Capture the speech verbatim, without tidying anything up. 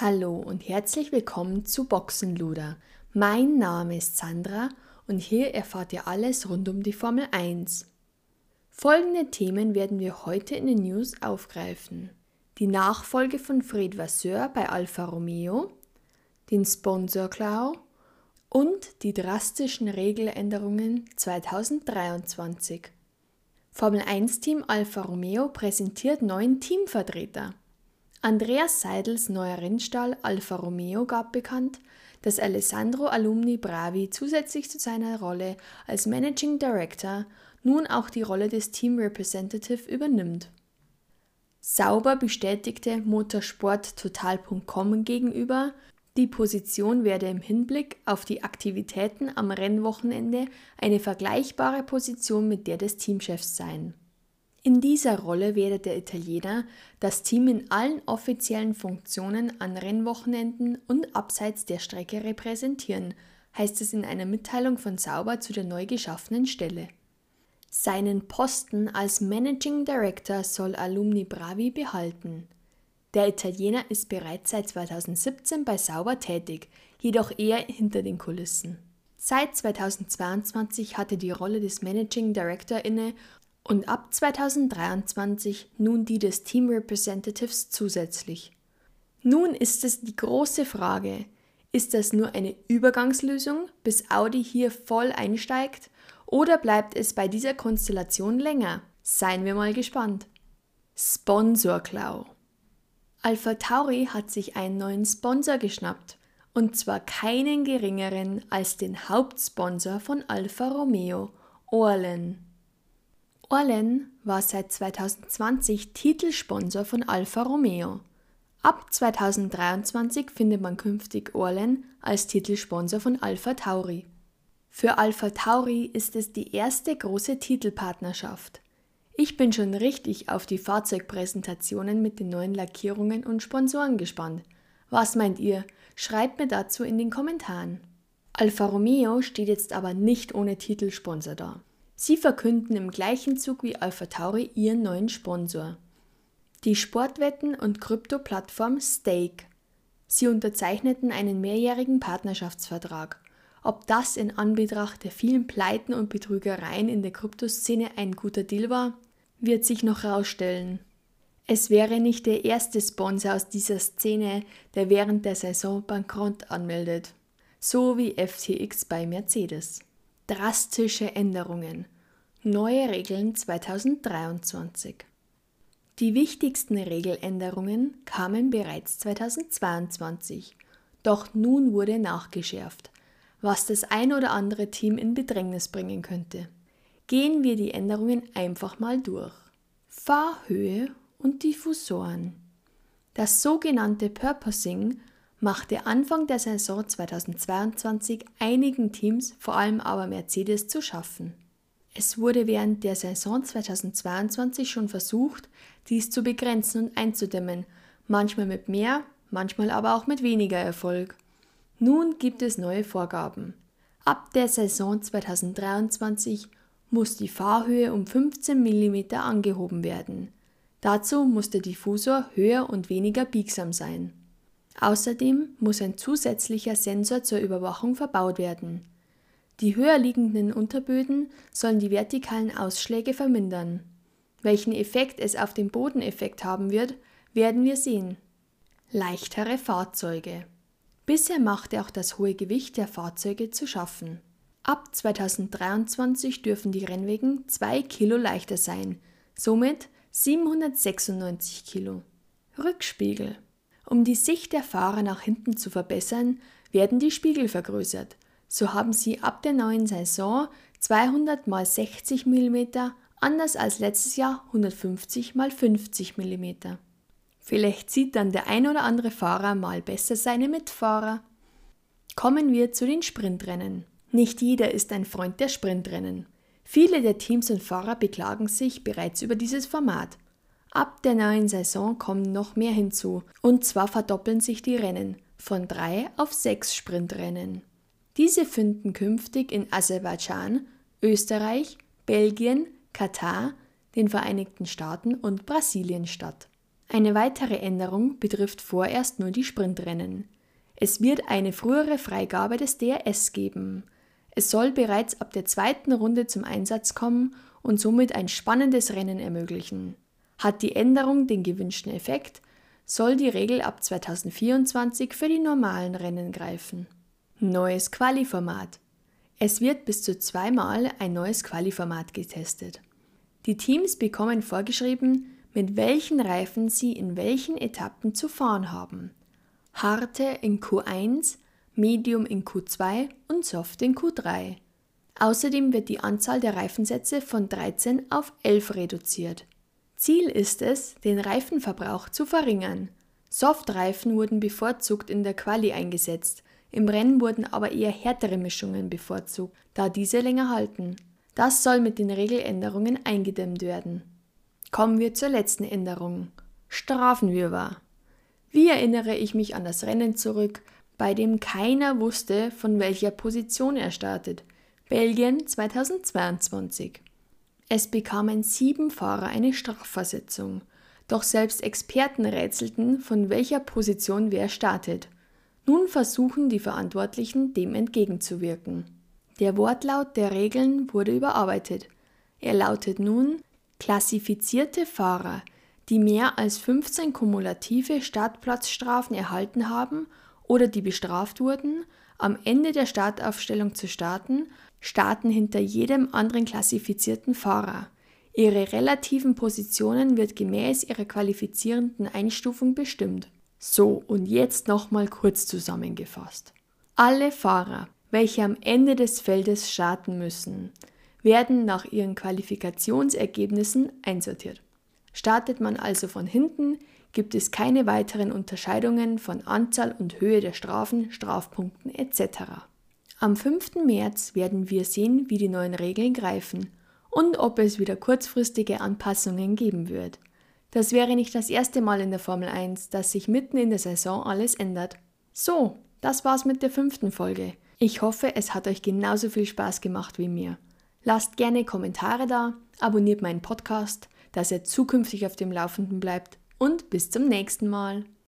Hallo und herzlich willkommen zu Boxenluder. Mein Name ist Sandra und hier erfahrt ihr alles rund um die Formel eins. Folgende Themen werden wir heute in den News aufgreifen: die Nachfolge von Fred Vasseur bei Alfa Romeo, den Sponsorklau und die drastischen Regeländerungen zweitausenddreiundzwanzig. Formel eins Team Alfa Romeo präsentiert neuen Teamvertreter. Andreas Seidls neuer Rennstall Alfa Romeo gab bekannt, dass Alessandro Alumni Bravi zusätzlich zu seiner Rolle als Managing Director nun auch die Rolle des Team Representative übernimmt. Sauber bestätigte motorsport total punkt com gegenüber, die Position werde im Hinblick auf die Aktivitäten am Rennwochenende eine vergleichbare Position mit der des Teamchefs sein. In dieser Rolle werde der Italiener das Team in allen offiziellen Funktionen an Rennwochenenden und abseits der Strecke repräsentieren, heißt es in einer Mitteilung von Sauber zu der neu geschaffenen Stelle. Seinen Posten als Managing Director soll Alumni Bravi behalten. Der Italiener ist bereits seit zweitausendsiebzehn bei Sauber tätig, jedoch eher hinter den Kulissen. Seit zweitausendzweiundzwanzig hatte die Rolle des Managing Director inne und ab zweitausenddreiundzwanzig nun die des Team Representatives zusätzlich. Nun ist es die große Frage: Ist das nur eine Übergangslösung, bis Audi hier voll einsteigt, oder bleibt es bei dieser Konstellation länger? Seien wir mal gespannt. Sponsorklau. AlphaTauri hat sich einen neuen Sponsor geschnappt, und zwar keinen geringeren als den Hauptsponsor von Alfa Romeo, Orlen. Orlen war seit zweitausendzwanzig Titelsponsor von Alfa Romeo. Ab zweitausenddreiundzwanzig findet man künftig Orlen als Titelsponsor von AlphaTauri. Für AlphaTauri ist es die erste große Titelpartnerschaft. Ich bin schon richtig auf die Fahrzeugpräsentationen mit den neuen Lackierungen und Sponsoren gespannt. Was meint ihr? Schreibt mir dazu in den Kommentaren. Alfa Romeo steht jetzt aber nicht ohne Titelsponsor da. Sie verkünden im gleichen Zug wie AlphaTauri ihren neuen Sponsor: die Sportwetten- und Krypto-Plattform Stake. Sie unterzeichneten einen mehrjährigen Partnerschaftsvertrag. Ob das in Anbetracht der vielen Pleiten und Betrügereien in der Kryptoszene ein guter Deal war, wird sich noch herausstellen. Es wäre nicht der erste Sponsor aus dieser Szene, der während der Saison Bankrott anmeldet. So wie F T X bei Mercedes. Drastische Änderungen. Neue Regeln zweitausenddreiundzwanzig. Die wichtigsten Regeländerungen kamen bereits zweitausendzweiundzwanzig, doch nun wurde nachgeschärft, was das ein oder andere Team in Bedrängnis bringen könnte. Gehen wir die Änderungen einfach mal durch. Fahrhöhe und Diffusoren. Das sogenannte Purposing machte Anfang der Saison zweitausendzweiundzwanzig einigen Teams, vor allem aber Mercedes, zu schaffen. Es wurde während der Saison zweitausendzweiundzwanzig schon versucht, dies zu begrenzen und einzudämmen, manchmal mit mehr, manchmal aber auch mit weniger Erfolg. Nun gibt es neue Vorgaben. Ab der Saison zweitausenddreiundzwanzig muss die Fahrhöhe um fünfzehn Millimeter angehoben werden. Dazu muss der Diffusor höher und weniger biegsam sein. Außerdem muss ein zusätzlicher Sensor zur Überwachung verbaut werden. Die höher liegenden Unterböden sollen die vertikalen Ausschläge vermindern. Welchen Effekt es auf den Bodeneffekt haben wird, werden wir sehen. Leichtere Fahrzeuge. Bisher machte auch das hohe Gewicht der Fahrzeuge zu schaffen. Ab zweitausenddreiundzwanzig dürfen die Rennwägen zwei Kilo leichter sein, somit siebenhundertsechsundneunzig Kilo. Rückspiegel. Um die Sicht der Fahrer nach hinten zu verbessern, werden die Spiegel vergrößert. So haben sie ab der neuen Saison zweihundert mal sechzig Millimeter, anders als letztes Jahr hundertfünfzig mal fünfzig Millimeter. Vielleicht sieht dann der ein oder andere Fahrer mal besser seine Mitfahrer. Kommen wir zu den Sprintrennen. Nicht jeder ist ein Freund der Sprintrennen. Viele der Teams und Fahrer beklagen sich bereits über dieses Format. Ab der neuen Saison kommen noch mehr hinzu, und zwar verdoppeln sich die Rennen von drei auf sechs Sprintrennen. Diese finden künftig in Aserbaidschan, Österreich, Belgien, Katar, den Vereinigten Staaten und Brasilien statt. Eine weitere Änderung betrifft vorerst nur die Sprintrennen. Es wird eine frühere Freigabe des D R S geben. Es soll bereits ab der zweiten Runde zum Einsatz kommen und somit ein spannendes Rennen ermöglichen. Hat die Änderung den gewünschten Effekt, soll die Regel ab zweitausendvierundzwanzig für die normalen Rennen greifen. Neues Quali-Format. Es wird bis zu zweimal ein neues Quali-Format getestet. Die Teams bekommen vorgeschrieben, mit welchen Reifen sie in welchen Etappen zu fahren haben. Harte in Q eins, Medium in Q zwei und Soft in Q drei. Außerdem wird die Anzahl der Reifensätze von dreizehn auf elf reduziert. Ziel ist es, den Reifenverbrauch zu verringern. Softreifen wurden bevorzugt in der Quali eingesetzt, im Rennen wurden aber eher härtere Mischungen bevorzugt, da diese länger halten. Das soll mit den Regeländerungen eingedämmt werden. Kommen wir zur letzten Änderung. Strafenwirrwarr. Wie erinnere ich mich an das Rennen zurück, bei dem keiner wusste, von welcher Position er startet? Belgien zweitausendzweiundzwanzig. Es bekamen sieben Fahrer eine Strafversetzung, doch selbst Experten rätselten, von welcher Position wer startet. Nun versuchen die Verantwortlichen, dem entgegenzuwirken. Der Wortlaut der Regeln wurde überarbeitet. Er lautet nun: Klassifizierte Fahrer, die mehr als fünfzehn kumulative Startplatzstrafen erhalten haben oder die bestraft wurden, am Ende der Startaufstellung zu starten, starten hinter jedem anderen klassifizierten Fahrer. Ihre relativen Positionen wird gemäß ihrer qualifizierenden Einstufung bestimmt. So, und jetzt nochmal kurz zusammengefasst. Alle Fahrer, welche am Ende des Feldes starten müssen, werden nach ihren Qualifikationsergebnissen einsortiert. Startet man also von hinten, gibt es keine weiteren Unterscheidungen von Anzahl und Höhe der Strafen, Strafpunkten et cetera. Am fünften März werden wir sehen, wie die neuen Regeln greifen und ob es wieder kurzfristige Anpassungen geben wird. Das wäre nicht das erste Mal in der Formel eins, dass sich mitten in der Saison alles ändert. So, das war's mit der fünften Folge. Ich hoffe, es hat euch genauso viel Spaß gemacht wie mir. Lasst gerne Kommentare da, abonniert meinen Podcast, dass ihr zukünftig auf dem Laufenden bleibt und bis zum nächsten Mal.